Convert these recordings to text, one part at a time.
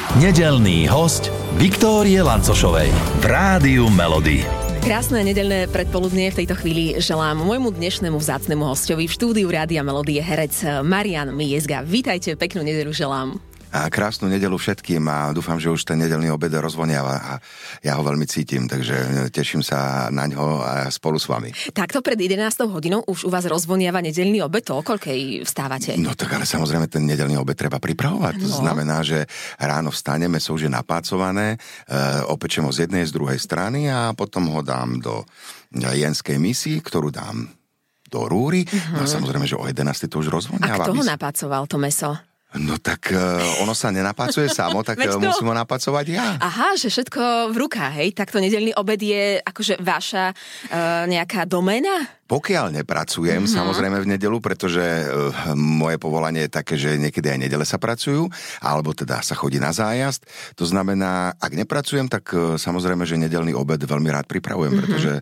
Nedeľný host Viktórie Lancošovej v Rádiu Melody. Krásne nedeľné predpoludnie v tejto chvíli želám môjmu dnešnému vzácnemu hostovi v štúdiu Rádia Melody je herec Marian Miezga. Vítajte, peknú nedeľu želám. A krásnu nedeľu všetkým a dúfam, že už ten nedeľný obed rozvoniava a ja ho veľmi cítim, takže teším sa na ňo a spolu s vami. Takto pred 11 hodinou už u vás rozvoniava nedeľný obed, to o koľkej vstávate? No tak ale samozrejme ten nedeľný obed treba pripravovať. To znamená, že ráno vstaneme, sú už napácované, opečem ho z jednej, z druhej strany a potom ho dám do jenskej misy, ktorú dám do rúry. No a samozrejme, že o 11 to už rozvoniava. A kto ho napácoval, to mäso? No tak ono sa nenapácuje samo, tak musím ho napácovať ja. Aha, že všetko v rukách, hej? Takto nedeľný obed je akože vaša nejaká doména? Pokiaľ nepracujem, samozrejme v nedeľu, pretože moje povolanie je také, že niekedy aj nedele sa pracujú, alebo teda sa chodí na zájazd. To znamená, ak nepracujem, tak samozrejme, že nedeľný obed veľmi rád pripravujem, pretože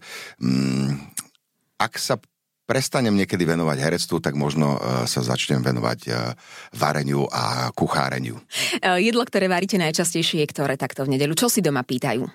ak sa prestanem niekedy venovať herectvu, tak možno sa začnem venovať vareniu a kucháreniu. Jedlo, ktoré varíte najčastejšie, je ktoré takto v nedeľu? Čo si doma pýtajú?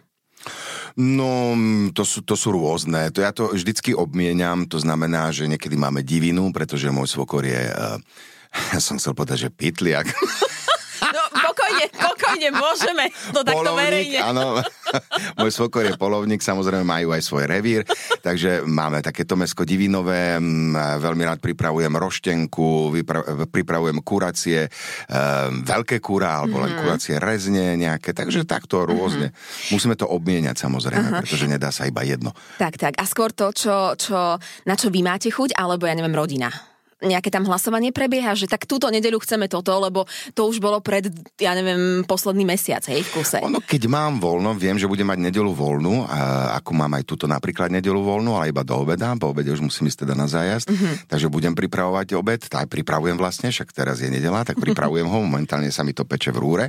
No, to sú rôzne. Ja to vždycky obmieniam, to znamená, že niekedy máme divinu, pretože môj svokor je, ja som chcel povedať, že pytliak. No, pokojne, môžeme to takto verejne. Áno, môj svokor je polovník, samozrejme majú aj svoj revír, takže máme takéto mäsko divinové, veľmi rád pripravujem roštenku, pripravujem kuracie, veľké kura, alebo len kuracie rezne nejaké, takže takto rôzne. Musíme to obmieniať samozrejme, pretože nedá sa iba jedno. Tak, a skôr to, na čo vy máte chuť, alebo ja neviem, rodina? Nejaké tam hlasovanie prebieha, že tak túto nedeľu chceme toto, lebo to už bolo pred, ja neviem, posledný mesiac, hej, v kuse. Ono, keď mám voľno, viem, že budem mať nedeľu voľnú, ako mám aj túto napríklad nedeľu voľnú, ale iba do obeda, po obede už musím ísť teda na zájazd, takže budem pripravovať obed, tak pripravujem vlastne, však teraz je nedeľa, tak pripravujem ho, momentálne sa mi to peče v rúre.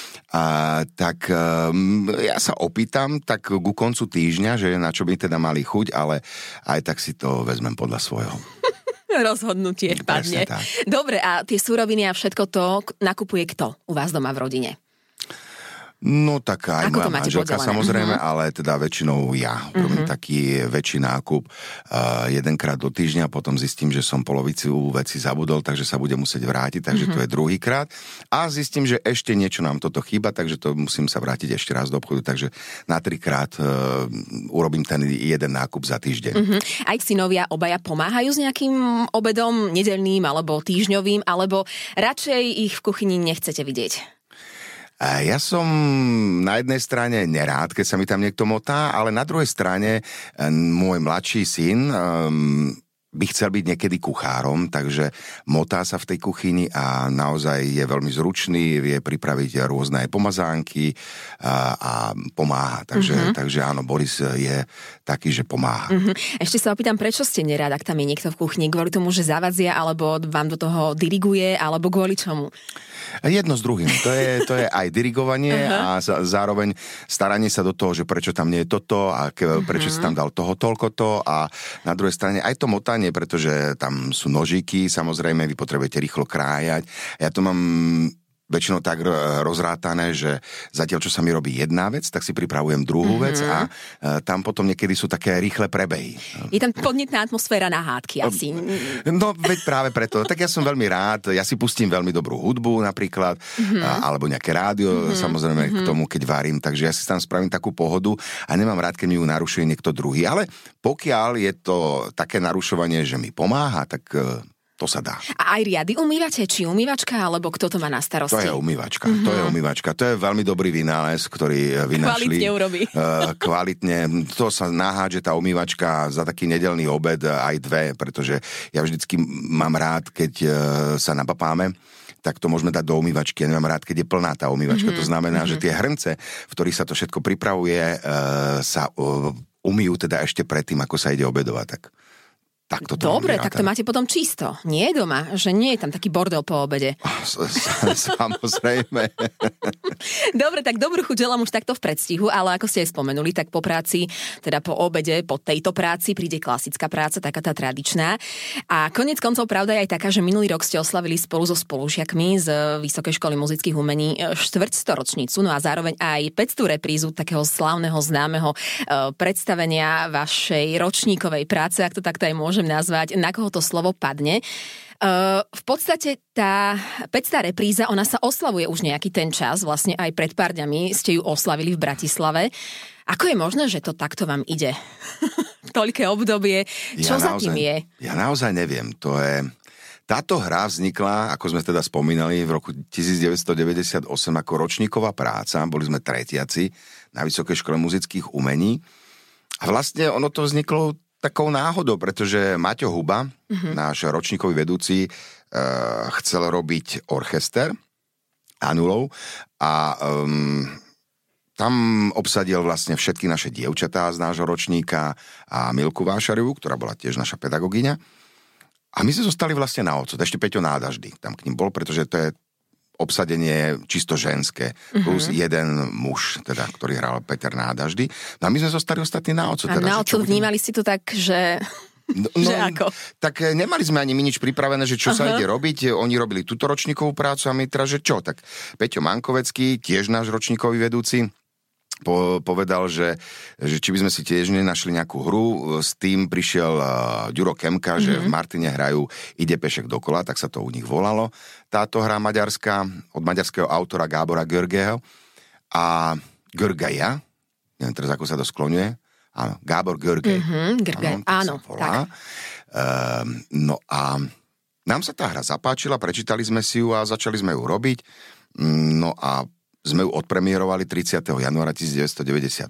Tak ja sa opýtam tak ku koncu týždňa, že na čo by teda mali chuť, ale aj tak si to vezmem podľa svojho. Rozhodnutie padne. Dobre, a tie suroviny a všetko to nakupuje kto u vás doma v rodine? No tak aj moja manželka samozrejme, ale teda väčšinou ja. Robím taký väčší nákup jedenkrát do týždňa, potom zistím, že som polovicu veci zabudol, takže sa budem musieť vrátiť, takže to je druhýkrát. A zistím, že ešte niečo nám toto chýba, takže to musím sa vrátiť ešte raz do obchodu, takže na 3-krát urobím ten jeden nákup za týždeň. Aj synovia obaja pomáhajú s nejakým obedom nedeľným alebo týždňovým, alebo radšej ich v kuchyni nechcete vidieť? Ja som na jednej strane nerád, keď sa mi tam niekto motá, ale na druhej strane môj mladší syn by chcel byť niekedy kuchárom, takže motá sa v tej kuchyni a naozaj je veľmi zručný, vie pripraviť rôzne aj pomazánky a pomáha. Takže áno, Boris je taký, že pomáha. Ešte sa opýtam, prečo ste nerád, ak tam je niekto v kuchyni? Kvôli tomu, že zavadzia, alebo vám do toho diriguje, alebo kvôli čomu? Jedno s druhým. To je aj dirigovanie a zároveň staranie sa do toho, že prečo tam nie je toto a prečo si tam dal toho toľko to a na druhej strane aj to motanie, pretože tam sú nožíky, samozrejme vy potrebujete rýchlo krájať. Ja to mám väčšinou tak rozrátané, že zatiaľ, čo sa mi robí jedna vec, tak si pripravujem druhú vec a tam potom niekedy sú také rýchle prebehy. Je tam podnetná atmosféra na hádky asi. No, veď práve preto. Tak ja som veľmi rád, ja si pustím veľmi dobrú hudbu napríklad, alebo nejaké rádio, samozrejme k tomu, keď varím, takže ja si tam spravím takú pohodu a nemám rád, keď mi ju narušuje niekto druhý. Ale pokiaľ je to také narušovanie, že mi pomáha, tak to sa dá. A aj riady umývate? Či umývačka, alebo kto to má na starosti? To je umývačka. To je veľmi dobrý vynález, ktorý vynašli. Kvalitne urobí. Kvalitne. To sa nahádže tá umývačka za taký nedeľný obed aj dve, pretože ja vždycky mám rád, keď sa napapáme, tak to môžeme dať do umývačky. Ja nemám rád, keď je plná tá umývačka. To znamená, že tie hrnce, v ktorých sa to všetko pripravuje, sa umýjú teda ešte predtým, ako sa ide obedovať. Tak Tak toto dobre, tak to máte potom čisto. Nie je doma, že nie je tam taký bordel po obede. Samozrejme. Dobre, tak dobrú chuť želám už takto v predstihu, ale ako ste aj spomenuli, tak po práci, teda po obede, po tejto práci príde klasická práca, taká tá tradičná. A koniec koncov pravda je aj taká, že minulý rok ste oslavili spolu so spolužiakmi z Vysokej školy muzických umení 400-ročnicu, no a zároveň aj 500 reprízu takého slávneho, známeho predstavenia vašej ročníkovej práce, ak to takto aj môžem nazvať, na koho to slovo padne. V podstate tá 500. repríza, ona sa oslavuje už nejaký ten čas, vlastne aj pred pár dňami ste ju oslavili v Bratislave. Ako je možné, že to takto vám ide? Toľké obdobie, čo za tým je? Ja naozaj neviem, táto hra vznikla, ako sme teda spomínali, v roku 1998 ako ročníková práca, boli sme tretiaci na Vysokej škole muzických umení a vlastne ono to vzniklo takou náhodou, pretože Maťo Huba, náš ročníkový vedúci, chcel robiť orchester Anulov a tam obsadil vlastne všetky naše dievčatá z nášho ročníka a Milku Vášariu, ktorá bola tiež naša pedagogyňa. A my sme zostali vlastne na odsud. Ešte Peťo Nádaždy tam k ním bol, pretože to je obsadenie čisto ženské, plus jeden muž, teda, ktorý hral Peter Nádaždy. No a my sme zostali ostatní na odsud. A na odsud vnímali si to tak, že... že ako? Tak nemali sme ani my nič pripravené, že čo sa ide robiť. Oni robili túto ročníkovú prácu a my teraz, že čo? Tak Peťo Mankovecký, tiež náš ročníkový vedúci, povedal, že či by sme si tiež nenašli nejakú hru. S tým prišiel Ďuro Kemka, že v Martine hrajú Ide pešek dokola, tak sa to u nich volalo. Táto hra maďarská, od maďarského autora Gábora Görgeho a Görgeja, neviem teraz, ako sa to skloňuje. Áno, Gábor Görgej. Áno, tak. No a nám sa tá hra zapáčila, prečítali sme si ju a začali sme ju robiť. No a sme ju odpremierovali 30. januára 1998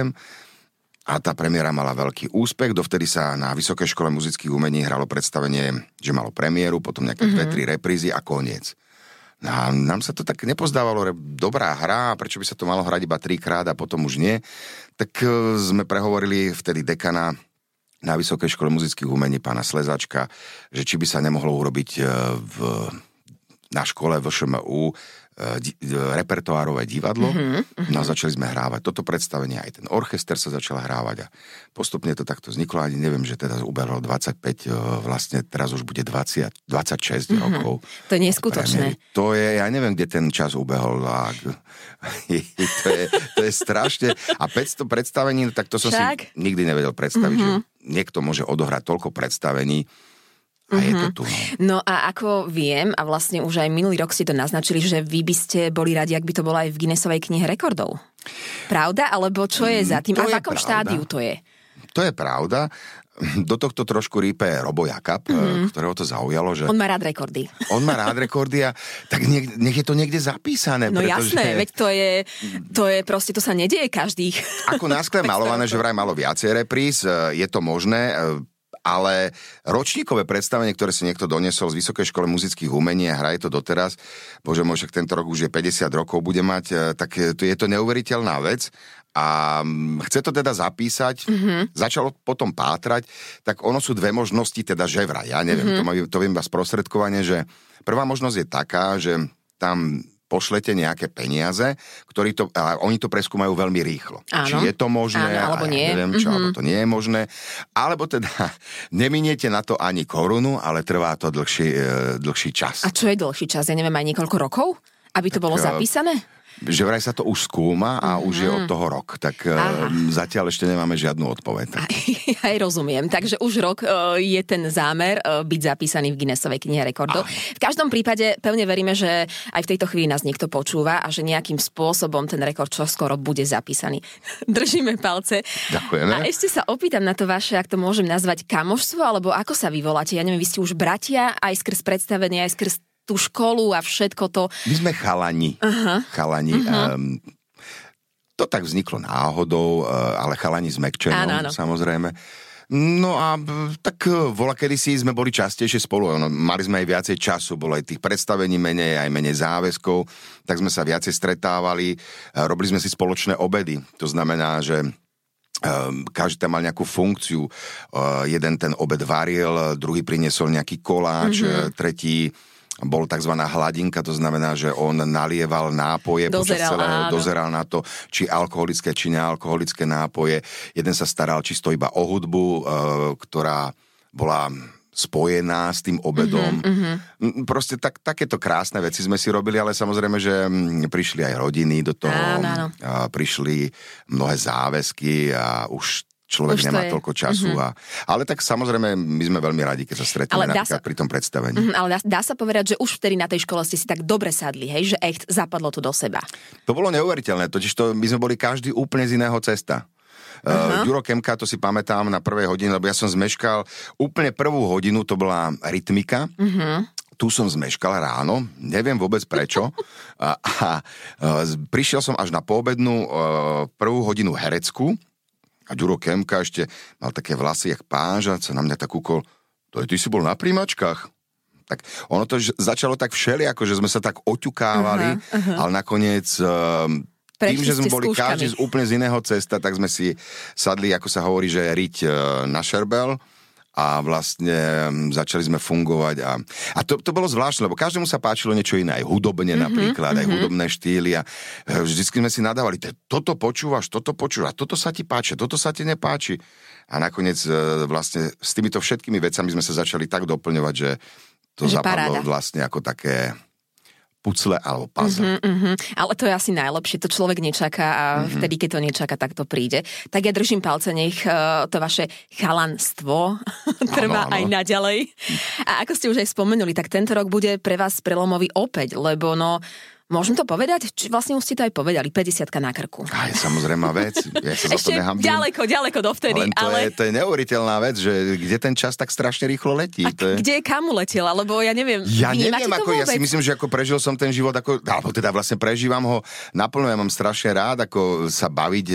a tá premiéra mala veľký úspech. Dovtedy sa na Vysokej škole muzických umení hralo predstavenie, že malo premiéru, potom nejaké 2-3 reprízy a koniec. No a nám sa to tak nepozdávalo, dobrá hra, prečo by sa to malo hrať iba 3-krát a potom už nie. Tak sme prehovorili vtedy dekana na Vysokej škole muzických umení pána Slezačka, že či by sa nemohlo urobiť na škole VŠMU repertoárové divadlo. No a začali sme hrávať toto predstavenie, aj ten orchester sa začal hrávať a postupne to takto vzniklo. Ani neviem, že teda ubehlo 25, vlastne teraz už bude 26 rokov. To je neskutočné. To je, ja neviem, kde ten čas ubehol. A to je strašne. A 500 predstavení, tak to som si nikdy nevedel predstaviť, že niekto môže odohrať toľko predstavení. A je to tu. No a ako viem, a vlastne už aj minulý rok ste to naznačili, že vy by ste boli radi, ak by to bolo aj v Guinnessovej knihe rekordov. Pravda? Alebo čo je za tým? A v akom štádiu to je? To je pravda. Do tohto trošku rýpe Robo Jakab, ktorého to zaujalo, že... On má rád rekordy. On má rád rekordy a tak nech je to niekde zapísané. No pretože... jasné, veď to je proste, to sa nedieje každý. Ako na skle malované, že vraj malo viacej repríz, je to možné, ale ročníkové predstavenie, ktoré si niekto doniesol z Vysokej školy muzických umení a hraje to doteraz, bože môj, však tento rok už je 50 rokov bude mať, tak je to neuveriteľná vec a chce to teda zapísať, začalo potom pátrať, tak ono sú dve možnosti, teda že vraj, ja neviem, to viem iba sprostredkovanie, že prvá možnosť je taká, že tam pošlete nejaké peniaze, a oni to preskúmajú veľmi rýchlo. Áno. Či je to možné, alebo nie. Neviem čo, alebo to nie je možné. Alebo teda neminiete na to ani korunu, ale trvá to dlhší čas. A čo je dlhší čas? Ja neviem, aj niekoľko rokov? Aby to bolo zapísané? Že vraj sa to už skúma a už je od toho rok. Tak zatiaľ ešte nemáme žiadnu odpoveď. Aj rozumiem. Takže už rok je ten zámer byť zapísaný v Guinnessovej knihe rekordov. V každom prípade pevne veríme, že aj v tejto chvíli nás niekto počúva a že nejakým spôsobom ten rekord čoskoro bude zapísaný. Držíme palce. Ďakujeme. A ešte sa opýtam na to vaše, ak to môžem nazvať kamošstvo, alebo ako sa vy voláte? Ja neviem, vy ste už bratia aj skrz predstavenie, aj skrz tú školu a všetko to. My sme chalani. Chalani. To tak vzniklo náhodou, ale chalani s Mekčenom, samozrejme. No a tak kedysi sme boli častejšie spolu. Mali sme aj viacej času, bolo aj tých predstavení menej, aj menej záväzkov, tak sme sa viacej stretávali. Robili sme si spoločné obedy. To znamená, že každý tam mal nejakú funkciu. Jeden ten obed varil, druhý priniesol nejaký koláč, tretí bol takzvaná hladinka, to znamená, že on nalieval nápoje počas celého, dozeral na to, či alkoholické, či nealkoholické nápoje. Jeden sa staral čisto iba o hudbu, ktorá bola spojená s tým obedom. Proste takéto krásne veci sme si robili, ale samozrejme, že prišli aj rodiny do toho, prišli mnohé záväzky a už človek už nemá toľko času. Ale tak samozrejme, my sme veľmi radi, keď sa stretneme napríklad pri tom predstavení. Ale dá sa povedať, že už vtedy na tej škole ste si tak dobre sadli, hej, že echt zapadlo to do seba. To bolo neuveriteľné, totiž my sme boli každý úplne z iného cesta. Ďuro Kemka, to si pamätám na prvej hodine, lebo ja som zmeškal úplne prvú hodinu, to bola rytmika. Tu som zmeškal ráno, neviem vôbec prečo. Prišiel som až na poobednú prvú hodinu herecku. A Ďuro Kemka ešte mal také vlasy jak páža, sa na mňa tak kúkol, ty si bol na príjmačkách. Tak ono to začalo tak všelijako, že sme sa tak oťukávali, ale nakoniec tým, že sme boli každý úplne z iného cesta, tak sme si sadli, ako sa hovorí, že riť na šerbel a vlastne začali sme fungovať a to bolo zvláštne, lebo každému sa páčilo niečo iné, aj hudobne napríklad, aj hudobné štýly a vždycky sme si nadávali, toto počúvaš, a toto sa ti páči, toto sa ti nepáči. A nakoniec vlastne s týmito všetkými vecami sme sa začali tak doplňovať, že to zapadlo vlastne ako také pucle alebo puzzle. Ale to je asi najlepšie, to človek nečaká a vtedy, keď to nečaká, tak to príde. Tak ja držím palce, nech to vaše chalanstvo trvá aj naďalej. A ako ste už aj spomenuli, tak tento rok bude pre vás prelomový opäť, lebo môžem to povedať? Či vlastne už ste to aj povedali, 50-ka na krku. Aj, samozrejme vec. Ja sa za to nehambím. Ďaleko dovtedy. Ale to je neuveriteľná vec, že kde ten čas tak strašne rýchlo letí. A kde kamu letela? Lebo ja neviem. Ja neviem, ja si myslím, že ako prežil som ten život, alebo teda vlastne prežívam ho naplno, ja mám strašne rád, ako sa baviť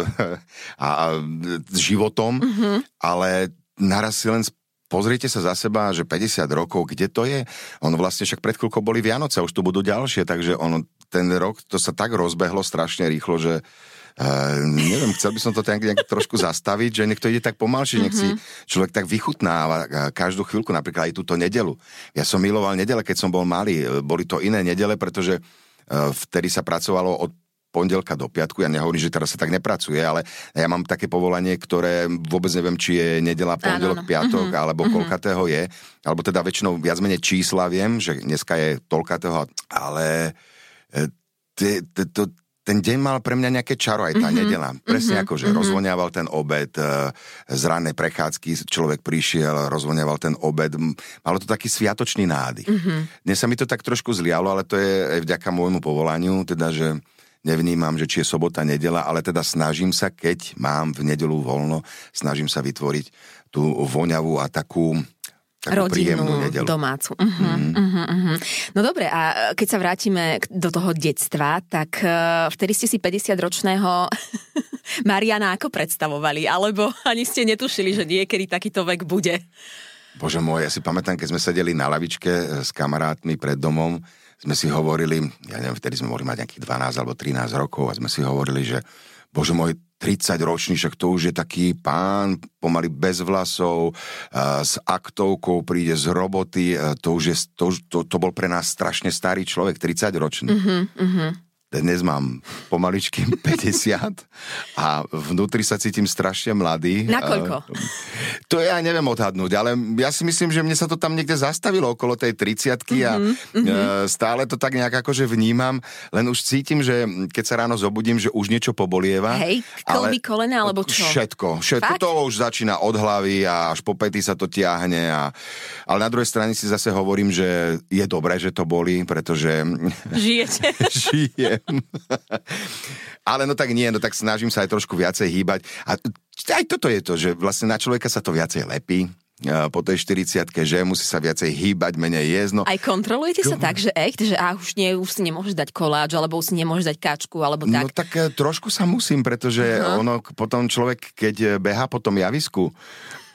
s životom, ale naraz si len pozrite sa za seba, že 50 rokov, kde to je? Ono vlastne však pred chvíľkou boli Vianoce, už tu budú ďalšie, takže ten rok, to sa tak rozbehlo strašne rýchlo, že neviem, chcel by som to nejak trošku zastaviť, že nech to ide tak pomalšie, nech si človek tak vychutnáva každú chvíľku, napríklad aj túto nedeľu. Ja som miloval nedele, keď som bol malý, boli to iné nedele, pretože vtedy sa pracovalo od pondelka do piatku, ja nehovorím, že teraz sa tak nepracuje, ale ja mám také povolanie, ktoré vôbec neviem, či je nedeľa, pondelok, piatok, alebo koľkatého je, alebo teda väčšinou viac menej čísla viem, že dneska je toľkatého, ale ten deň mal pre mňa nejaké čaro, aj tá nedeľa. Presne ako, že rozvoňával ten obed, z rannej prechádzky človek prišiel, rozvoňával ten obed, malo to taký sviatočný nádych. Dnes sa mi to tak trošku zlialo, ale to je aj vďaka môjmu povolaniu, teda, že nevnímam, že či je sobota, nedeľa, ale teda snažím sa, keď mám v nedeľu voľno, snažím sa vytvoriť tú voňavú a takú príjemnú nedeľu. Domácu. No dobre, a keď sa vrátime do toho detstva, tak vtedy ste si 50-ročného Mariana ako predstavovali? Alebo ani ste netušili, že niekedy takýto vek bude? Bože môj, ja si pamätám, keď sme sedeli na lavičke s kamarátmi pred domom, sme si hovorili, ja neviem, vtedy sme mohli mať nejakých 12 alebo 13 rokov a sme si hovorili, že bože môj, 30 ročný, však to už je taký pán, pomaly bez vlasov, s aktovkou, príde z roboty, to bol pre nás strašne starý človek, 30 ročný. Dnes mám pomaličky 50 a vnútri sa cítim strašne mladý. Nakoľko? To ja neviem odhadnúť, ale ja si myslím, že mne sa to tam niekde zastavilo okolo tej 30-ky a stále to tak nejak akože vnímam, len už cítim, že keď sa ráno zobudím, že už niečo pobolieva. Hej, klby, kolena alebo čo? Všetko. Fakt? To už začína od hlavy a až po päty sa to tiahne. Ale na druhej strane si zase hovorím, že je dobré, že to bolí, pretože... Žijete. Žijem. Ale no tak nie, tak snažím sa aj trošku viacej hýbať. A aj toto je to, že vlastne na človeka sa to viacej lepí po tej 40-ke, že musí sa viacej hýbať, menej jesť. Aj kontrolujete sa tak, že už si nemôžeš dať koláč, alebo už si nemôžeš dať kačku, alebo tak? No tak trošku sa musím, pretože ono potom človek, keď behá po tom javisku,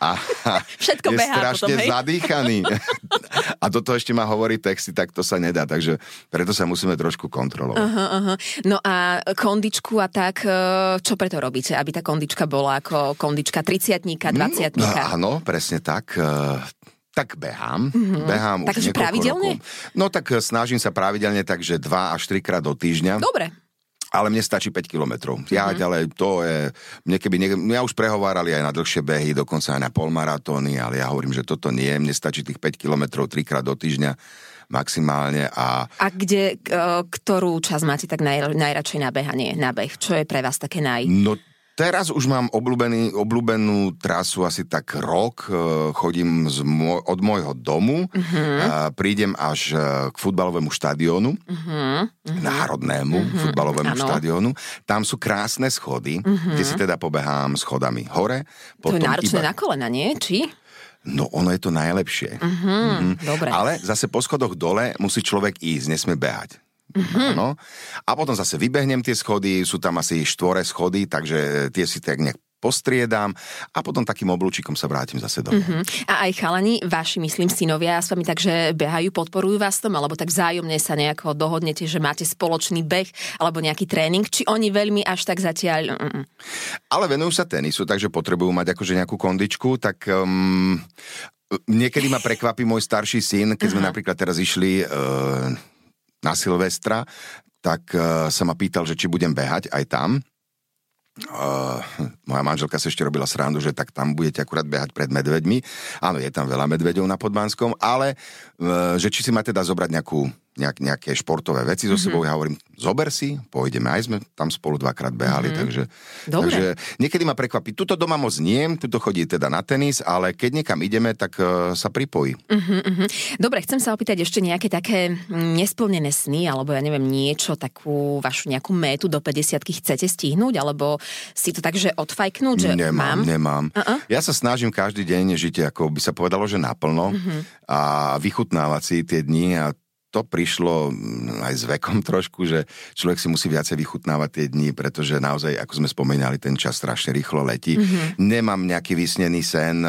a Všetko je behá strašne potom, hej? zadýchaný. A do toho ešte má hovoriť texty, tak to sa nedá. Takže preto sa musíme trošku kontrolovať. No a kondičku a tak, čo preto robíte? Aby tá kondička bola ako kondička 30-tníka, 20-tníka? Áno, presne tak. Tak behám. Behám už Takže niekoľko pravidelne? rokov. No tak snažím sa pravidelne, takže 2 až 3 krát do týždňa. Dobre. Ale mne stačí 5 kilometrov. Ale to je... Ja už prehovárali aj na dlhšie behy, dokonca aj na polmaratóny, ale ja hovorím, že toto nie. Mne stačí tých 5 kilometrov 3 krát do týždňa maximálne. A kde, ktorú časť máte tak najradšej na behanie, na beh? Čo je pre vás také No teraz už mám obľúbenú trasu asi tak rok. Chodím od môjho domu, prídem až k futbalovému štadiónu, národnému futbalovému štadiónu. Tam sú krásne schody, kde si teda pobehám schodami hore. To je náročné na kolena, nie? Či? No, ono je to najlepšie. Dobre. Ale zase po schodoch dole musí človek ísť, nesmie behať. No. A potom zase vybehnem tie schody, sú tam asi 4 schody, takže tie si tak nejak postriedam a potom takým oblúčikom sa vrátim zase domov. A aj chalani, vaši, myslím, synovia s vami takže behajú, podporujú vás tom, alebo tak vzájomne sa nejako dohodnete, že máte spoločný beh alebo nejaký tréning, či oni veľmi až tak zatiaľ... Ale venujú sa tenisu, takže potrebujú mať akože nejakú kondičku, tak... Niekedy ma prekvapí môj starší syn, keď sme napríklad teraz išli na Silvestra, tak sa ma pýtal, že či budem behať aj tam. Moja manželka sa ešte robila srandu, že tak tam budete akurát behať pred medveďmi. Áno, je tam veľa medveďov na Podbanskom, ale že či si má teda zobrať nejaké športové veci so sebou, ja hovorím, zober si, pôjdeme, aj sme tam spolu 2-krát behali, takže niekedy ma prekvapí. Tuto doma moc nie, tuto chodí teda na tenis, ale keď niekam ideme, tak sa pripojí. Dobre, chcem sa opýtať ešte nejaké také nesplnené sny, alebo ja neviem, niečo, takú vašu nejakú métu do 50-ky chcete stihnúť, alebo si to tak, že odfajknúť, že Nemám. Ja sa snažím každý deň žiť, ako by sa povedalo, že naplno a vychutnávať si tie dni a to prišlo aj s vekom trošku, že človek si musí viacej vychutnávať tie dni, pretože naozaj, ako sme spomínali, ten čas strašne rýchlo letí. Nemám nejaký vysnený sen,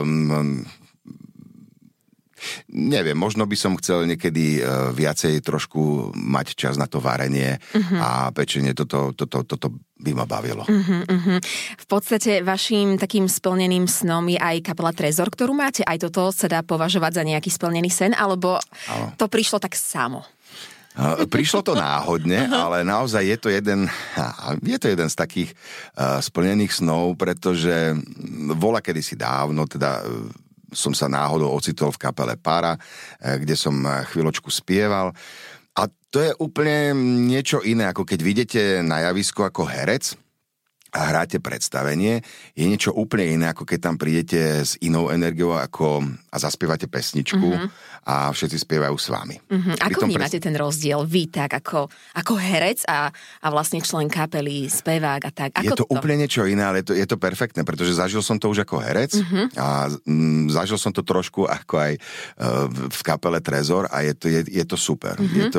neviem, možno by som chcel niekedy viacej trošku mať čas na to varenie a pečenie, toto by ma bavilo. V podstate vaším takým splneným snom je aj kapela Trezor, ktorú máte. Aj toto sa dá považovať za nejaký splnený sen, alebo to prišlo tak samo? Prišlo to náhodne, ale naozaj je to jeden z takých splnených snov, pretože voľa kedysi dávno, teda som sa náhodou ocitol v kapele Para, kde som chvíľočku spieval. A to je úplne niečo iné, ako keď vidíte na javisku ako herec a hráte predstavenie, je niečo úplne iné, ako keď tam prídete s inou energiou a zaspievate pesničku a všetci spievajú s vami. Ako vnímate ten rozdiel? Vy tak ako herec a vlastne člen kapely, spevák a tak. Je to úplne niečo iné, ale je to perfektné, pretože zažil som to už ako herec a zažil som to trošku ako aj v kapele Trezor a je to super.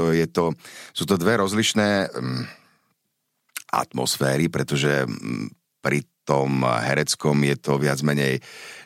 Sú to dve rozlišné atmosféry, pretože pri tom hereckom je to viac menej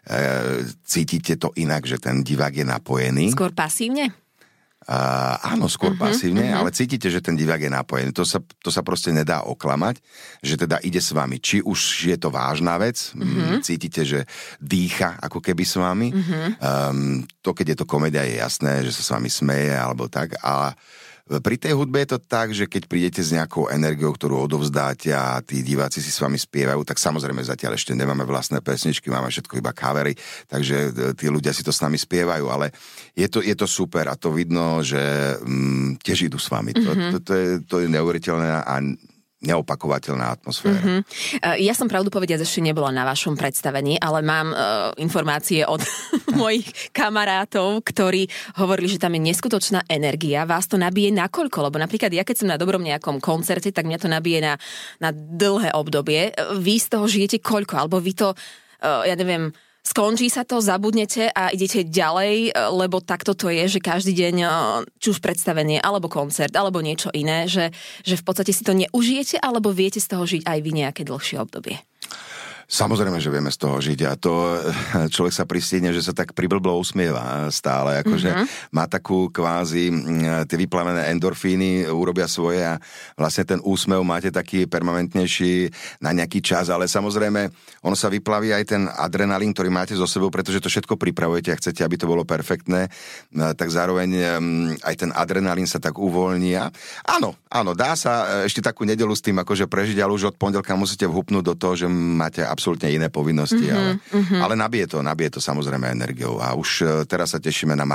cítite to inak, že ten divák je napojený. Skôr pasívne? Áno, skôr pasívne, ale cítite, že ten divák je napojený. To sa proste nedá oklamať, že teda ide s vami. Či už je to vážna vec, cítite, že dýcha ako keby s vami. To, keď je to komédia, je jasné, že sa s vami smeje alebo tak. A pri tej hudbe je to tak, že keď prídete s nejakou energiou, ktorú odovzdáte a tí diváci si s vami spievajú, tak samozrejme zatiaľ ešte nemáme vlastné pesničky, máme všetko iba covery, takže tí ľudia si to s nami spievajú, ale je to super a to vidno, že tiež idú s vami. To je neuveriteľné a neopakovateľná atmosféra. Ja som pravdu povediac ešte nebola na vašom predstavení, ale mám informácie od mojich kamarátov, ktorí hovorili, že tam je neskutočná energia. Vás to nabije na koľko? Lebo napríklad ja, keď som na dobrom nejakom koncerte, tak mňa to nabije na dlhé obdobie. Vy z toho žijete koľko? Alebo vy to, ja neviem, skončí sa to, zabudnete a idete ďalej, lebo takto to je, že každý deň, či už predstavenie, alebo koncert, alebo niečo iné, že v podstate si to neužijete, alebo viete z toho žiť aj vy nejaké dlhšie obdobie? Samozrejme, že vieme z toho žiť a to človek sa pristihne, že sa tak priblblo usmieva stále, akože má takú kvázi, tie vyplavené endorfíny urobia svoje a vlastne ten úsmev máte taký permanentnejší na nejaký čas, ale samozrejme ono sa vyplaví aj ten adrenalín, ktorý máte so sebou, pretože to všetko pripravujete a chcete, aby to bolo perfektné, tak zároveň aj ten adrenalín sa tak uvoľní a áno, dá sa ešte takú nedeľu s tým akože prežiť, ale už od pondelka musíte vhupnúť do toho, že máte absolútne iné povinnosti, ale nabije to samozrejme energiou a už teraz sa tešíme na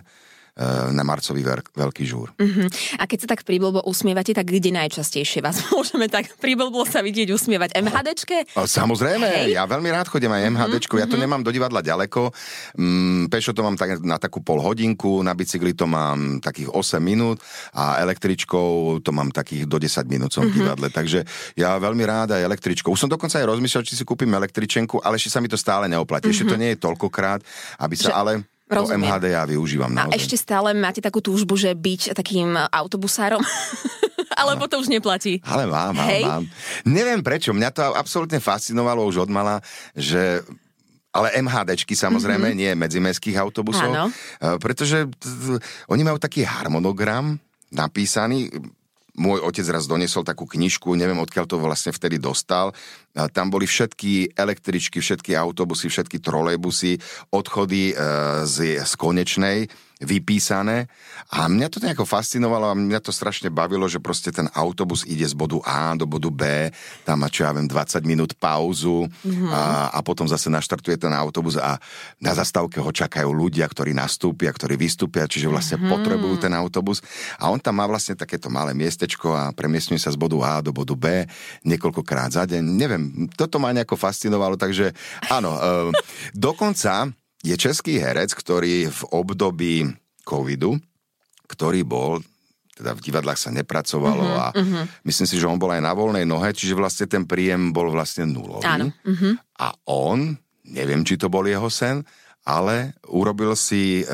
marcový veľký žúr. A keď sa tak priblbo usmievate, tak kde najčastejšie vás môžeme tak priblbo sa vidieť usmievať? MHDčke? Samozrejme, ja veľmi rád chodím aj MHDčku, ja to nemám do divadla ďaleko, pešo to mám na takú pol hodinku, na bicykli to mám takých 8 minút a električkou to mám takých do 10 minút som v divadle, takže ja veľmi rád aj električkou. Už som dokonca aj rozmýšľal, či si kúpim električenku, ale ešte sa mi to stále neoplatí. Ešte to nie je toľkokrát, aby sa Rozumiem. To MHD ja využívam naozaj. A ešte stále máte takú túžbu, že byť takým autobusárom? Alebo to už neplatí? Ale mám. Neviem prečo, mňa to absolútne fascinovalo už odmala, že... Ale MHDčky samozrejme, nie medzimestských autobusov. Pretože oni majú taký harmonogram napísaný. Môj otec raz doniesol takú knižku, neviem odkiaľ to vlastne vtedy dostal. Tam boli všetky električky, všetky autobusy, všetky trolejbusy, odchody z konečnej vypísané a mňa to nejako fascinovalo a mňa to strašne bavilo, že proste ten autobus ide z bodu A do bodu B, tam má 20 minút pauzu a potom zase naštartuje ten autobus a na zastávke ho čakajú ľudia, ktorí nastúpia, ktorí vystúpia, čiže vlastne potrebujú ten autobus a on tam má vlastne takéto malé miestečko a premiestňuje sa z bodu A do bodu B niekoľkokrát za deň. Neviem, toto ma nejako fascinovalo, takže áno, dokonca je český herec, ktorý v období covidu, ktorý bol, teda v divadlách sa nepracovalo a myslím si, že on bol aj na voľnej nohe, čiže vlastne ten príjem bol vlastne nulový. Áno. A on, neviem, či to bol jeho sen, ale urobil si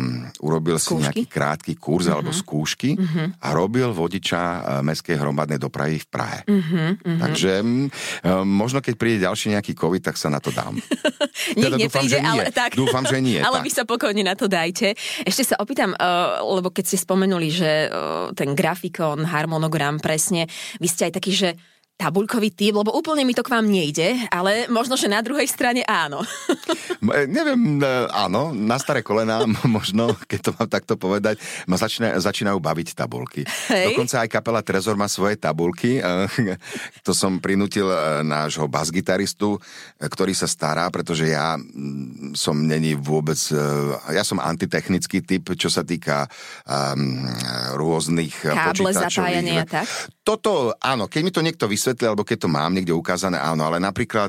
nejaký krátky kurz alebo skúšky a robil vodiča mestskej hromadnej dopravy v Prahe. Takže možno keď príde ďalší nejaký COVID, tak sa na to dám. Nech nepríde, ale tak. Dúfam, že nie. Ale vy sa pokojne na to dajte. Ešte sa opýtam, lebo keď ste spomenuli, že ten grafikon, harmonogram presne, vy ste aj taký, že tabuľkový typ, lebo úplne mi to k vám nejde, ale možno, že na druhej strane áno. Neviem, áno, na staré kolená možno, keď to mám takto povedať, ma začínajú baviť tabuľky. Dokonca aj kapela Trezor má svoje tabuľky. To som prinútil nášho basgitaristu, ktorý sa stará, pretože ja som ja som antitechnický typ, čo sa týka rôznych káble, zapájania, tak? Toto, áno, keď mi to niekto vysvetlí, alebo keď to mám niekde ukázané, áno, ale napríklad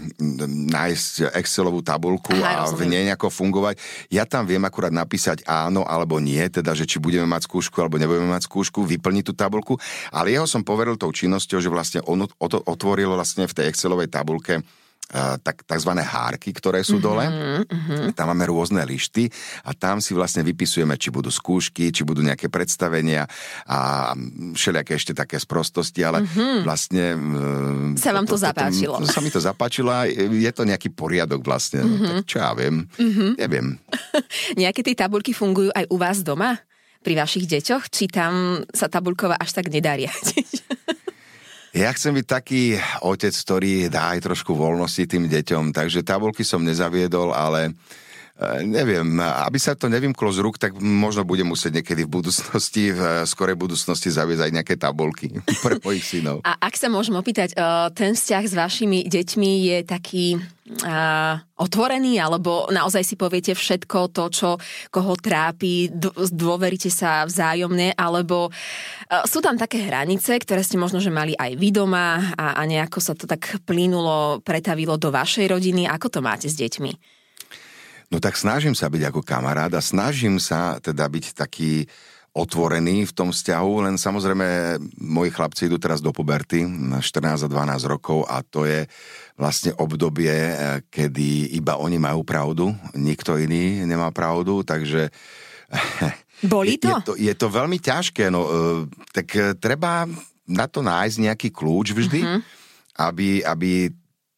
nájsť Excelovú tabuľku a v nej nejako fungovať, ja tam viem akurát napísať áno alebo nie, teda, že či budeme mať skúšku alebo nebudeme mať skúšku, vyplniť tú tabuľku, ale jeho som poveril tou činnosťou, že vlastne on otvoril vlastne v tej Excelovej tabuľke takzvané hárky, ktoré sú dole. Tam máme rôzne lišty a tam si vlastne vypisujeme, či budú skúšky, či budú nejaké predstavenia a všelijaké ešte také sprostosti, ale vlastne... Sa vám to zapáčilo. Sa mi to zapáčilo a je to nejaký poriadok vlastne. Tak čo ja viem? Neviem. Nejaké tie tabuľky fungujú aj u vás doma? Pri vašich deťoch? Či tam sa tabuľková až tak nedá riadiť? Ja chcem byť taký otec, ktorý dá aj trošku voľnosti tým deťom, takže tabuľky som nezaviedol, ale neviem, aby sa to nevymklo z rúk, tak možno budem musieť niekedy v budúcnosti, v skorej budúcnosti zaviesť aj nejaké tabuľky pre mojich synov. A ak sa môžem opýtať, ten vzťah s vašimi deťmi je taký otvorený, alebo naozaj si poviete všetko to, čo koho trápi, dôveríte sa vzájomne, alebo sú tam také hranice, ktoré ste možno, že mali aj vy doma a nejako sa to tak plynulo, pretavilo do vašej rodiny. Ako to máte s deťmi? No tak snažím sa byť ako kamarát a snažím sa teda byť taký otvorený v tom vzťahu, len samozrejme moji chlapci idú teraz do puberty, 14 a 12 rokov a to je vlastne obdobie, kedy iba oni majú pravdu, nikto iný nemá pravdu, takže... Bolí to? Je to veľmi ťažké, no tak treba na to nájsť nejaký kľúč vždy, aby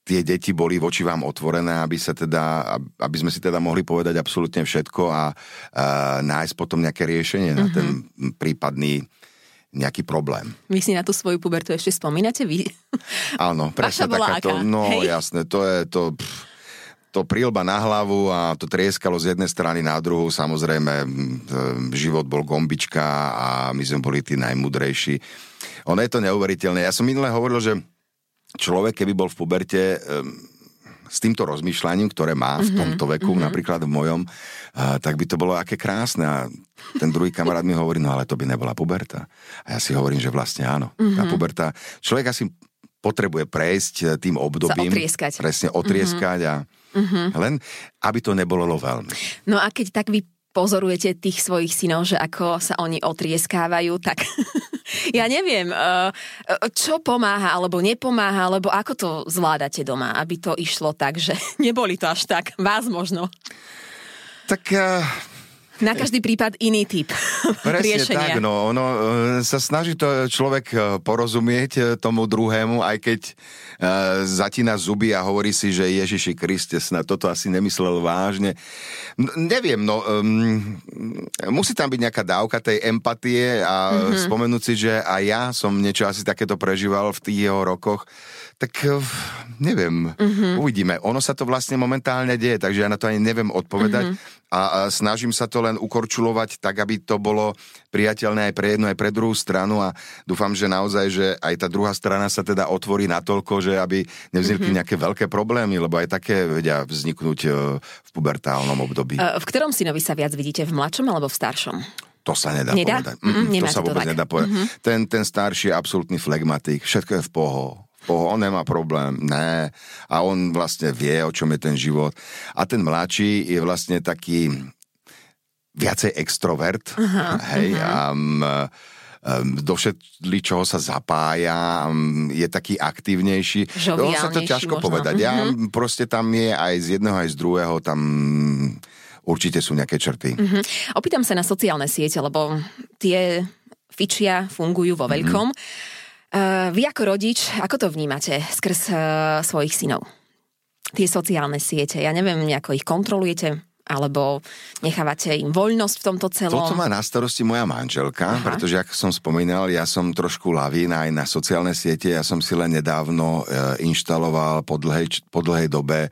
tie deti boli voči vám otvorené, aby sme si teda mohli povedať absolútne všetko a nájsť potom nejaké riešenie na ten prípadný nejaký problém. Vy si na tú svoju pubertu ešte spomínate? Vy? Áno, presne takáto. No jasné, to je to prilba na hlavu a to trieskalo z jednej strany na druhú. Samozrejme, život bol gombička a my sme boli tí najmudrejší. Ono je to neuveriteľné. Ja som minule hovoril, že človek, keby bol v puberte s týmto rozmýšľaním, ktoré má v tomto veku, napríklad v mojom, tak by to bolo aké krásne. A ten druhý kamarát mi hovorí, no ale to by nebola puberta. A ja si hovorím, že vlastne áno. Tá puberta, človek asi potrebuje prejsť tým obdobím. Presne, otrieskať a len, aby to nebolo veľmi. No a keď tak vy pozorujete tých svojich synov, že ako sa oni otrieskávajú, tak ja neviem, čo pomáha alebo nepomáha, alebo ako to zvládate doma, aby to išlo tak, že neboli to až tak, vás možno. Tak... Na každý prípad iný typ riešenia. Tak, no. Ono sa snaží to človek porozumieť tomu druhému, aj keď zatína zuby a hovorí si, že Ježiši Kriste, snad toto asi nemyslel vážne. Neviem, musí tam byť nejaká dávka tej empatie a spomenúť si, že aj ja som niečo asi takéto prežíval v tých jeho rokoch. Tak neviem, uvidíme. Ono sa to vlastne momentálne deje, takže ja na to ani neviem odpovedať a snažím sa to len ukorčulovať tak, aby to bolo priateľné aj pre jednu, aj pre druhú stranu a dúfam, že naozaj, že aj tá druhá strana sa teda otvorí natoľko, že aby nevznikli nejaké veľké problémy, lebo aj také vedia vzniknúť v pubertálnom období. V ktorom synovi sa viac vidíte, v mladšom alebo v staršom? To sa nedá povedať. To sa vôbec nedá povedať. Ten starší je absolútny flegmatik, všetko je v on nemá problém, ne. A on vlastne vie, o čom je ten život. A ten mladší je vlastne taký viacej extrovert, a do všetličoho sa zapája, je taký aktívnejší. On sa to ťažko povedať. Ja proste tam je aj z jedného, aj z druhého, tam určite sú nejaké črty. Opýtam sa na sociálne siete, lebo tie fičia, fungujú vo veľkom. Vy ako rodič, ako to vnímate skrz svojich synov? Tie sociálne siete, ja neviem, nejako ich kontrolujete? Alebo nechávate im voľnosť v tomto celom? Toto má na starosti moja manželka, pretože, ako som spomínal, ja som trošku lavín aj na sociálne siete. Ja som si len nedávno inštaloval po dlhej dobe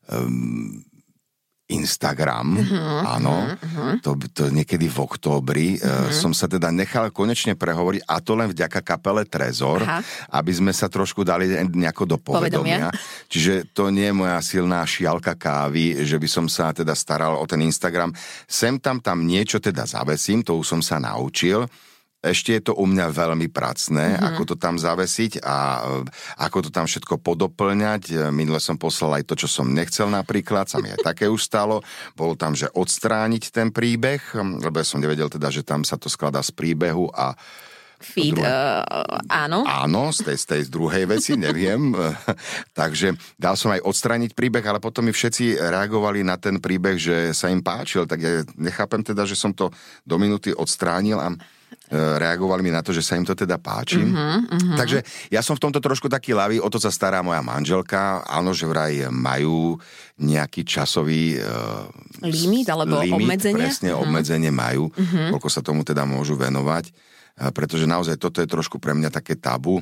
Instagram, áno, to niekedy v októbri som sa teda nechal konečne prehovoriť, a to len vďaka kapele Trezor, aby sme sa trošku dali nejako do povedomia. Čiže to nie je moja silná šialka kávy, že by som sa teda staral o ten Instagram. Sem tam niečo teda zavesím, to už som sa naučil. Ešte je to u mňa veľmi pracné, ako to tam zavesiť a ako to tam všetko podoplňať. Minule som poslal aj to, čo som nechcel napríklad, sa mi aj také už stalo. Bolo tam, že odstrániť ten príbeh, lebo ja som nevedel teda, že tam sa to skladá z príbehu a feed, áno. Áno, z tej druhej veci, neviem. Takže dal som aj odstrániť príbeh, ale potom mi všetci reagovali na ten príbeh, že sa im páčil, tak ja nechápem teda, že som to do minúty odstránil a reagovali mi na to, že sa im to teda páči. Takže ja som v tomto trošku taký ľavý, o to sa stará moja manželka. Áno, že vraj majú nejaký časový limit alebo obmedzenie. Presne, obmedzenie majú, koľko sa tomu teda môžu venovať. Pretože naozaj toto je trošku pre mňa také tabu,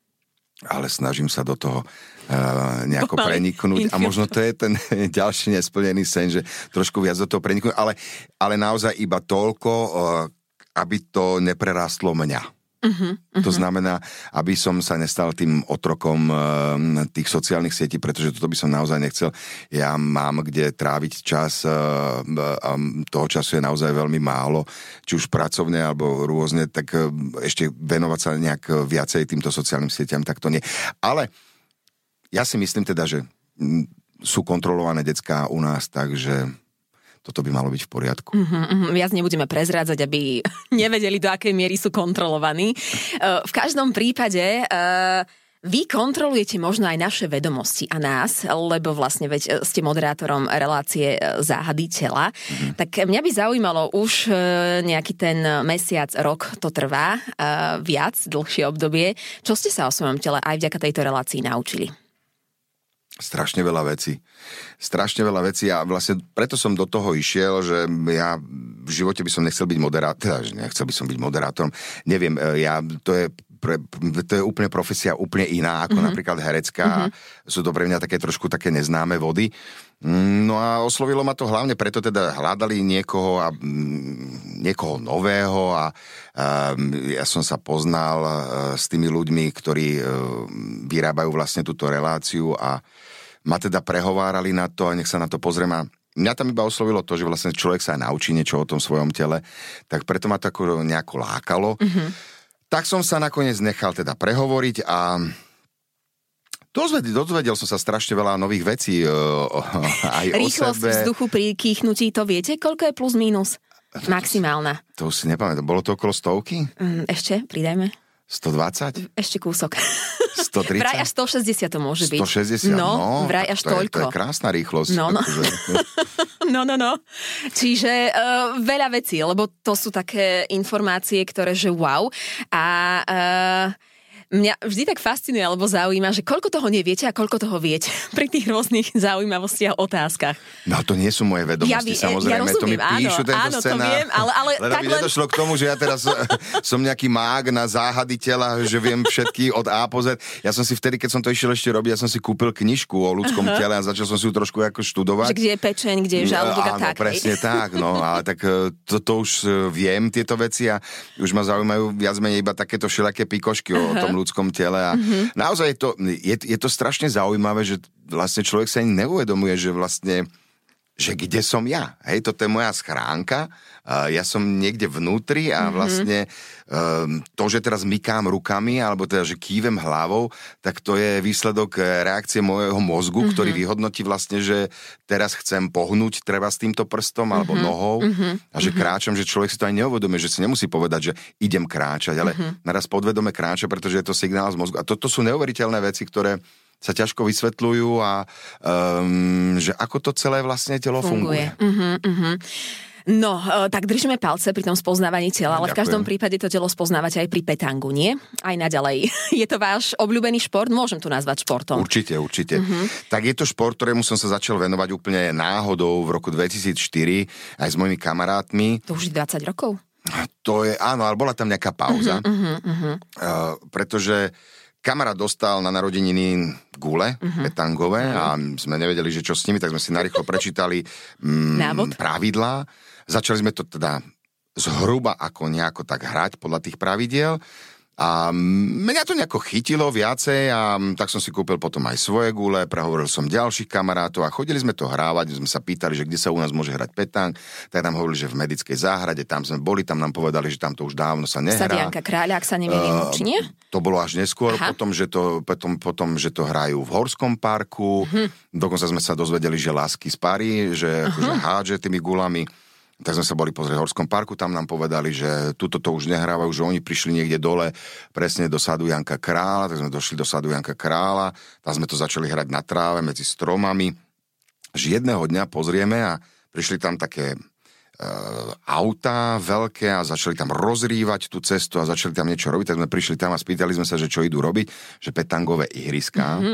ale snažím sa do toho nejako preniknúť. A možno to je ten ďalší nesplnený sen, že trošku viac do toho preniknúť, ale naozaj iba toľko, aby to neprerástlo mňa. To znamená, aby som sa nestal tým otrokom tých sociálnych sietí, pretože toto by som naozaj nechcel. Ja mám kde tráviť čas a toho času je naozaj veľmi málo, či už pracovne alebo rôzne, tak ešte venovať sa nejak viacej týmto sociálnym sieťam, tak to nie. Ale ja si myslím teda, že sú kontrolované decká u nás, takže toto by malo byť v poriadku. Viac nebudeme prezrádzať, aby nevedeli, do akej miery sú kontrolovaní. V každom prípade vy kontrolujete možno aj naše vedomosti a nás, lebo vlastne veď ste moderátorom relácie Záhady tela. Tak mňa by zaujímalo, už nejaký ten mesiac, rok to trvá, viac, dlhšie obdobie. Čo ste sa o svojom tele aj vďaka tejto relácii naučili? Strašne veľa vecí a vlastne preto som do toho išiel, že ja v živote by som nechcel byť moderátorom. Neviem, to je úplne profesia úplne iná ako napríklad herecká. Sú to pre mňa také neznáme vody. No a oslovilo ma to hlavne preto, teda hľadali niekoho nového a ja som sa poznal s tými ľuďmi, ktorí vyrábajú vlastne túto reláciu a ma teda prehovárali na to a nech sa na to pozriem a mňa tam iba oslovilo to, že vlastne človek sa aj naučí niečo o tom svojom tele, tak preto ma to ako nejako lákalo. Tak som sa nakoniec nechal teda prehovoriť a dozvedel som sa strašne veľa nových vecí aj o sebe. Rýchlosť vzduchu pri kýchnutí, to viete? Koľko je plus minus? Maximálna. To si nepamätám. Bolo to okolo 100? Ešte, pridajme. 120? Ešte kúsok. 130? Vraj až 160 to môže byť. 160? No, vraj až toľko. To je krásna rýchlosť. No. Čiže veľa vecí, lebo to sú také informácie, ktoré, že wow. A mňa vždy tak fascinuje, alebo zaujíma, že koľko toho neviete a koľko toho viete pri tých rôznych zaujímavostiach a otázkach. No to nie sú moje vedomosti, samozrejme. Ja rozumiem, to mi píšu tento scenár. To viem, ale len aby nedošlo k tomu, že ja teraz som nejaký mág na záhady tela, že viem všetky od A po Z. Ja som si vtedy, keď som to išiel ešte robiť, ja som si kúpil knižku o ľudskom tele a začal som si ju trošku ako študovať. Že kde je pečeň, kde je žalúdok a tak. Áno, presne tak. No, ale tak to už viem, tieto veci a už ma zaujímajú viac menej iba takéto všelijaké pikošky o tom ľudskom tele a naozaj je to strašne zaujímavé, že vlastne človek sa ani neuvedomuje, že vlastne že kde som ja. Hej, toto je moja schránka, ja som niekde vnútri a vlastne to, že teraz mykám rukami, alebo teda, že kývem hlavou, tak to je výsledok reakcie môjho mozgu, ktorý vyhodnotí vlastne, že teraz chcem pohnúť treba s týmto prstom alebo nohou a že kráčam, že človek si to aj neuvedomuje, že si nemusí povedať, že idem kráčať, ale naraz podvedome kráča, pretože je to signál z mozgu. A toto sú neuveriteľné veci, ktoré sa ťažko vysvetľujú a že ako to celé vlastne telo funguje. No, tak držíme palce pri tom spoznávaní tela, ale v každom prípade to telo spoznávate aj pri petangu, nie? Aj naďalej. Je to váš obľúbený šport? Môžem to nazvať športom. Určite. Tak je to šport, ktorému som sa začal venovať úplne náhodou v roku 2004 aj s mojimi kamarátmi. To už 20 rokov? To je, áno, ale bola tam nejaká pauza. Pretože kamarát dostal na narodeniny gule petangové a sme nevedeli, že čo s nimi, tak sme si narýchlo prečítali pravidlá. Začali sme to teda zhruba nejako tak hrať podľa tých pravidiel a mňa to nejako chytilo viacej a tak som si kúpil potom aj svoje gule, prehovoril som ďalších kamarátov a chodili sme to hrávať, sme sa pýtali, že kde sa u nás môže hrať petang, tak nám hovorili, že v Medickej záhrade, tam sme boli, tam nám povedali, že tam to už dávno sa nehrá. Stadiánka Kráľa, ak sa nemýlim, či nie? To bolo až neskôr, potom, že to hrajú v Horskom parku, dokonca sme sa dozvedeli, že lásky spári, že akože hádže tými gulami. Tak sme sa boli pozrieť v Horskom parku, tam nám povedali, že tuto to už nehrávajú, že oni prišli niekde dole, presne do sadu Janka Kráľa, tak sme došli do sadu Janka Kráľa, tam sme to začali hrať na tráve medzi stromami, že jedného dňa pozrieme a prišli tam také autá veľké a začali tam rozrývať tú cestu a začali tam niečo robiť, tak sme prišli tam a spýtali sme sa, že čo idú robiť, že petangové ihriská.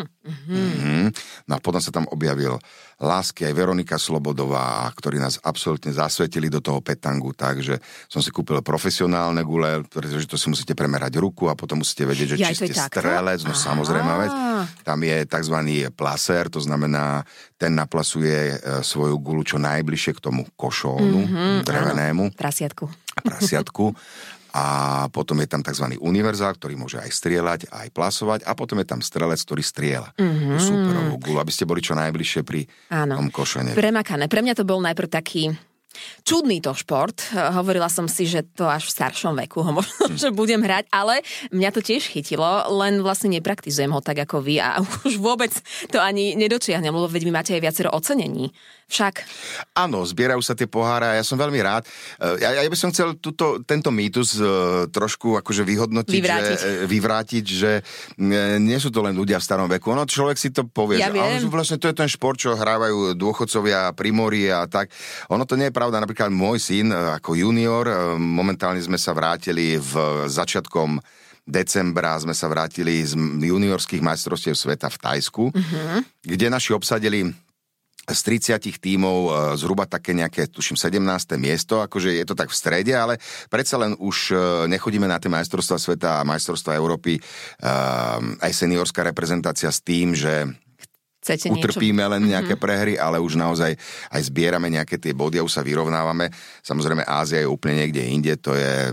No a potom sa tam objavil Lásky aj Veronika Slobodová, ktorí nás absolútne zasvetili do toho petangu, takže som si kúpil profesionálne gule, pretože to si musíte premerať ruku a potom musíte vedieť, že či ste strelec, no samozrejme vec. Tam je takzvaný plasér, to znamená, ten naplasuje svoju gulu čo najbližšie k tomu košónu drevenému. Prasiatku. A potom je tam tzv. Univerzál, ktorý môže aj strieľať, aj plasovať a potom je tam strelec, ktorý strieľa superovú gulu, aby ste boli čo najbližšie pri tom košene. Premakané. Pre mňa to bol najprv taký čudný to šport. Hovorila som si, že to až v staršom veku ho možno, že budem hrať, ale mňa to tiež chytilo, len vlastne nepraktizujem ho tak ako vy a už vôbec to ani nedočiahnem, lebo veď vy máte aj viacero ocenení. Však? Áno, zbierajú sa tie poháre a ja som veľmi rád. Ja by som chcel tento mýtus trošku akože vyvrátiť, že nie sú to len ľudia v starom veku. Ono človek si to povie, že vlastne to je ten šport, čo hrávajú dôchodcovia pri mori a tak. Ono to nie je pravda. Napríklad môj syn ako junior, momentálne sme sa vrátili v začiatkom decembra sme sa vrátili z juniorských majstrovstiev sveta v Thajsku, kde naši obsadili z 30 tímov zhruba také nejaké, tuším, 17. miesto, akože je to tak v strede, ale predsa len už nechodíme na tie majstrovstvá sveta a majstrovstvá Európy, aj seniorská reprezentácia s tým, že utrpíme len nejaké prehry, ale už naozaj aj zbierame nejaké tie body a už sa vyrovnávame. Samozrejme, Ázia je úplne niekde inde, to je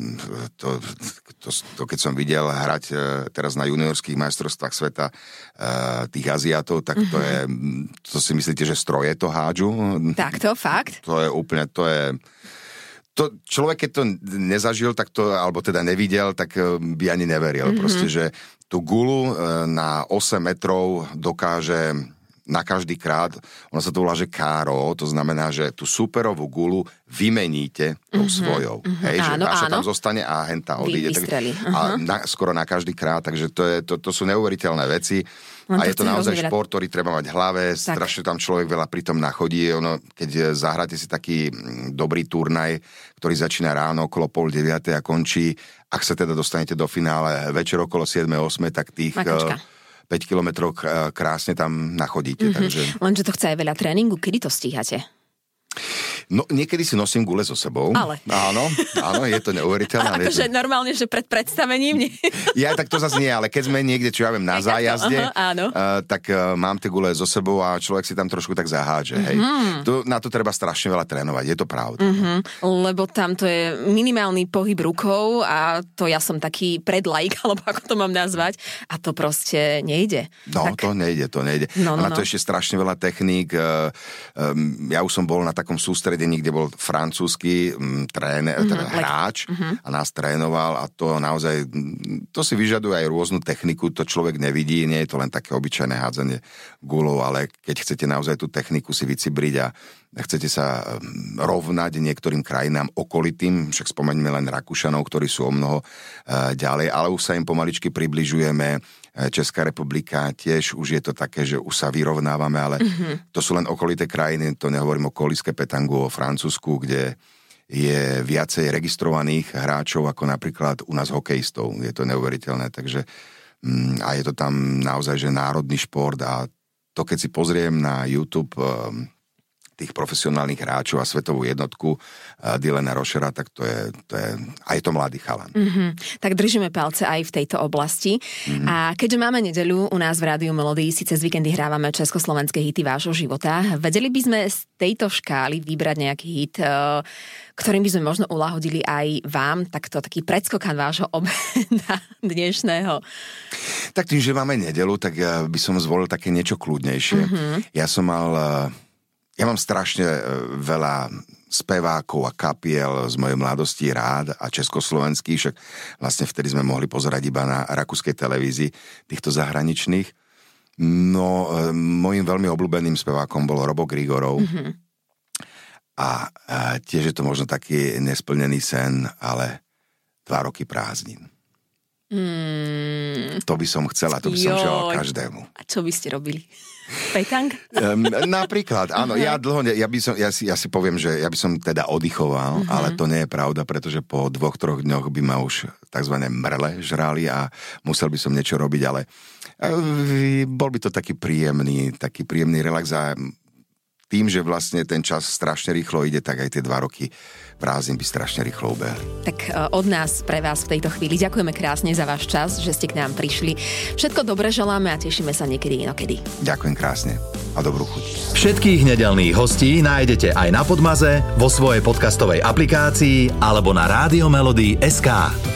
to keď som videl hrať teraz na juniorských majstrovstvách sveta tých Aziatov, tak to si myslíte, že stroje to hádžu? Takto, fakt? To je úplne, človek, keď to nezažil, tak to, alebo teda nevidel, tak by ani neveril. Proste, že tú gulu na 8 metrov dokáže na každý krát, ono sa to volá, že káro, to znamená, že tú superovú gulu vymeníte tou svojou. Hej, že vaša tam zostane a henta odíde. Skoro na každý krát, takže to sú neuveriteľné veci. A je to naozaj šport, ktorý treba mať v hlave, strašne tam človek veľa pritom nachodí. Keď zahráte si taký dobrý turnaj, ktorý začína ráno okolo 8:30 a končí, ak sa teda dostanete do finále večer okolo 7:08, tak tých 5 kilometrov krásne tam nachodíte. Takže... Lenže to chce aj veľa tréningu, kedy to stíhate? No, niekedy si nosím gule so sebou. Ale. Áno, je to neuveriteľné. Akože normálne, že pred predstavením? Nie? Ja tak to zase nie, ale keď sme niekde, čo ja viem, na zájazde, tak mám tie gule so sebou a človek si tam trošku tak zahádže. Hej. Na to treba strašne veľa trénovať, je to pravda. Lebo tam to je minimálny pohyb rukou a to ja som taký predlaik, alebo ako to mám nazvať, a to proste nejde. No, tak... to nejde. A na to ešte strašne veľa techník. Ja už som bol na takom sústredení, kde bol francúzsky hráč a nás trénoval a to naozaj, to si vyžaduje aj rôznu techniku, to človek nevidí, nie je to len také obyčajné hádzanie gulou, ale keď chcete naozaj tú techniku si vycibriť a chcete sa rovnať niektorým krajinám okolitým, však spomeňme len Rakúšanov, ktorí sú o mnoho ďalej, ale už sa im pomaličky približujeme. Česká republika tiež už je to také, že už sa vyrovnávame, ale to sú len okolité krajiny, to nehovorím o kolíske petangu, o Francúzsku, kde je viacej registrovaných hráčov ako napríklad u nás hokejistov. Je to neuveriteľné, takže a je to tam naozaj, že národný šport a to, keď si pozriem na YouTube tých profesionálnych hráčov a svetovú jednotku Dylana Rochera, tak to je aj to mladý chalan. Tak držíme palce aj v tejto oblasti. A keďže máme nedeľu u nás v Rádiu Melody, si cez víkendy hrávame československé hity vášho života. Vedeli by sme z tejto škály vybrať nejaký hit, ktorým by sme možno uľahodili aj vám, taký predskokan vášho obeda dnešného? Tak tým, že máme nedeľu, tak by som zvolil také niečo kľudnejšie. Ja mám strašne veľa spevákov a kapiel z mojej mladosti rád a československých, však vlastne vtedy sme mohli pozerať iba na rakúskej televízii týchto zahraničných. No, mojím veľmi obľúbeným spevákom bol Robo Grigorov. A tiež je to možno taký nesplnený sen, ale 2 roky prázdnin. To by som chcela, to by som želal každému. A čo by ste robili? Petang? Napríklad, áno. Ja si poviem, že ja by som teda oddychoval, ale to nie je pravda, pretože po 2-3 dňoch by ma už takzvané mrle žrali a musel by som niečo robiť, ale bol by to taký príjemný relax a tým, že vlastne ten čas strašne rýchlo ide, tak aj tie 2 roky prázdnin by strašne rýchlo ubehli. Tak od nás pre vás v tejto chvíli ďakujeme krásne za váš čas, že ste k nám prišli. Všetko dobre želáme a tešíme sa niekedy inokedy. Ďakujem krásne a dobrú chuť. Všetkých nedeľných hostí nájdete aj na Podmaze, vo svojej podcastovej aplikácii alebo na radiomelody.sk.